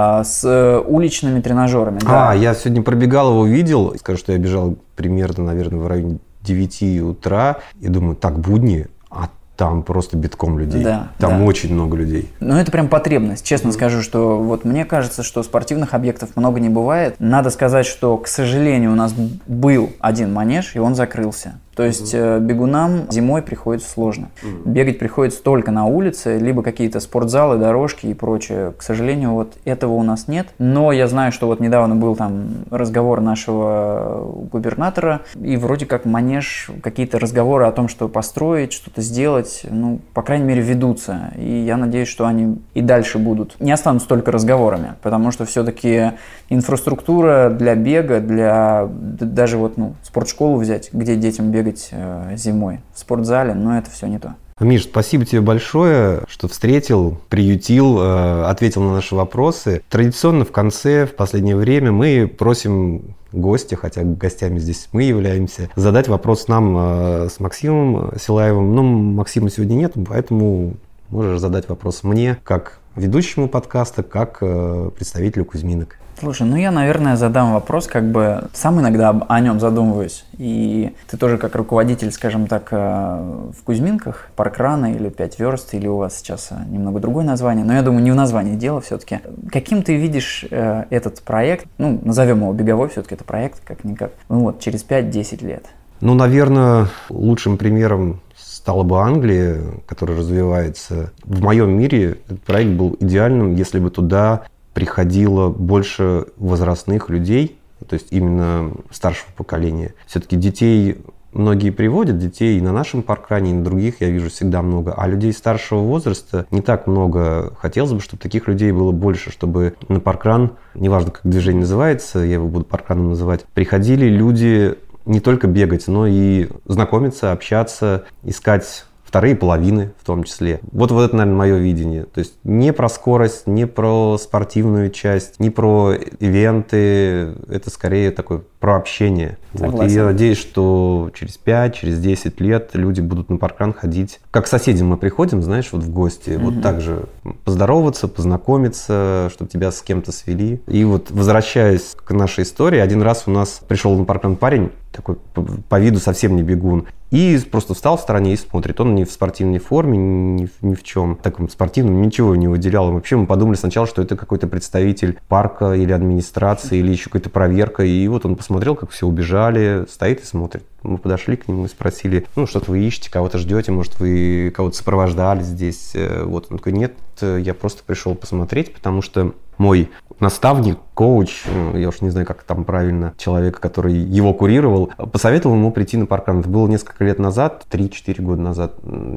с уличными тренажерами. Да. Я сегодня пробегал его, видел. Скажу, что я бежал примерно, наверное, в районе 9 утра. И думаю, так, будни, а там просто битком людей. Там очень много людей. Ну, это прям потребность. Честно скажу, что вот мне кажется, что спортивных объектов много не бывает. Надо сказать, что, к сожалению, у нас был один манеж, и он закрылся. То есть бегунам зимой приходится сложно. Бегать приходится только на улице, либо какие-то спортзалы, дорожки и прочее. К сожалению, вот этого у нас нет. Но я знаю, что вот недавно был там разговор нашего губернатора, и вроде как манеж, какие-то разговоры о том, что построить, что-то сделать, ну, по крайней мере, ведутся. И я надеюсь, что они и дальше будут. Не останутся только разговорами, потому что все-таки инфраструктура для бега, для даже вот, спортшколу взять, где детям бегать зимой в спортзале, но это все не то. Миш, спасибо тебе большое, что встретил, приютил, ответил на наши вопросы. Традиционно в конце, в последнее время мы просим гостя, хотя гостями здесь мы являемся, задать вопрос нам с Максимом Силаевым. Но Максима сегодня нет, поэтому можешь задать вопрос мне, как ведущему подкаста, как представителю Кузьминок. Слушай, я, наверное, задам вопрос, сам иногда о нем задумываюсь. И ты тоже как руководитель, скажем так, в Кузьминках, паркрана или 5 верст, или у вас сейчас немного другое название, но я думаю, не в названии дело все-таки. Каким ты видишь этот проект, назовем его беговой, все-таки это проект, как-никак, через 5-10 лет? Наверное, лучшим примером стала бы Англия, которая развивается. В моем мире этот проект был идеальным, если бы туда приходило больше возрастных людей, то есть именно старшего поколения. Все-таки детей многие приводят, детей и на нашем паркране, и на других я вижу всегда много, а людей старшего возраста не так много. Хотелось бы, чтобы таких людей было больше, чтобы на паркран, неважно как движение называется, я его буду паркраном называть, приходили люди не только бегать, но и знакомиться, общаться, искать вторые половины в том числе. Вот это, наверное, мое видение. То есть не про скорость, не про спортивную часть, не про ивенты. Это скорее такое про общение. И я надеюсь, что через 5, через 10 лет люди будут на паркран ходить. Как к соседям мы приходим, знаешь, в гости. Вот так же поздороваться, познакомиться, чтобы тебя с кем-то свели. И возвращаясь к нашей истории, один раз у нас пришел на паркран парень, такой по виду совсем не бегун, и просто встал в стороне и смотрит. Он не в спортивной форме, ни в чем таком спортивном, ничего не выделял. Вообще мы подумали сначала, что это какой-то представитель парка или администрации, или еще какая-то проверка. И он посмотрел, как все убежали, стоит и смотрит. Мы подошли к нему и спросили, что-то вы ищете, кого-то ждете, может, вы кого-то сопровождали здесь. Он такой, нет, я просто пришел посмотреть, потому что мой наставник, коуч, я уж не знаю, как там правильно, человек, который его курировал, посоветовал ему прийти на паркран. Это было несколько лет назад, 3-4 года назад.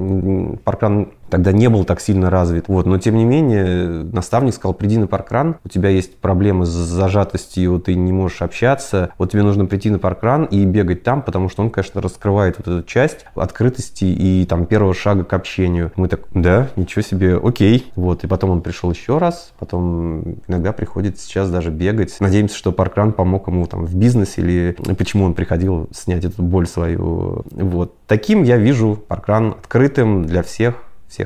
Паркран тогда не был так сильно развит. Но тем не менее, наставник сказал, приди на паркран, у тебя есть проблемы с зажатостью, ты не можешь общаться, тебе нужно прийти на паркран и бегать там, потому что он, конечно, раскрывает эту часть открытости и первого шага к общению. Мы так, да, ничего себе, окей. И потом он пришел еще раз, потом иногда приходит сейчас даже бегать. Надеемся, что паркран помог ему в бизнесе или почему он приходил снять эту боль свою. Таким я вижу паркран открытым для всех.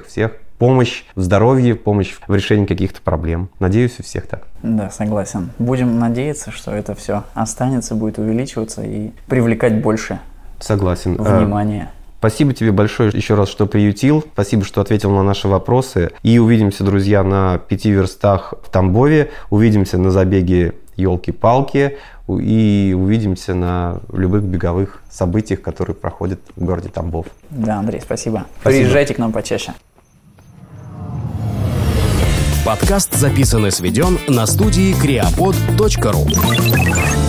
Помощь в здоровье, помощь в решении каких-то проблем. Надеюсь, у всех так. Да, согласен. Будем надеяться, что это все останется, будет увеличиваться и привлекать больше внимания. Спасибо тебе большое еще раз, что приютил. Спасибо, что ответил на наши вопросы. И увидимся, друзья, на 5 верстах в Тамбове. Увидимся на забеге «Елки-палки». И увидимся на любых беговых событиях, которые проходят в городе Тамбов. Да, Андрей, спасибо. Приезжайте к нам почаще. Подкаст записан и сведен на студии creapod.ru.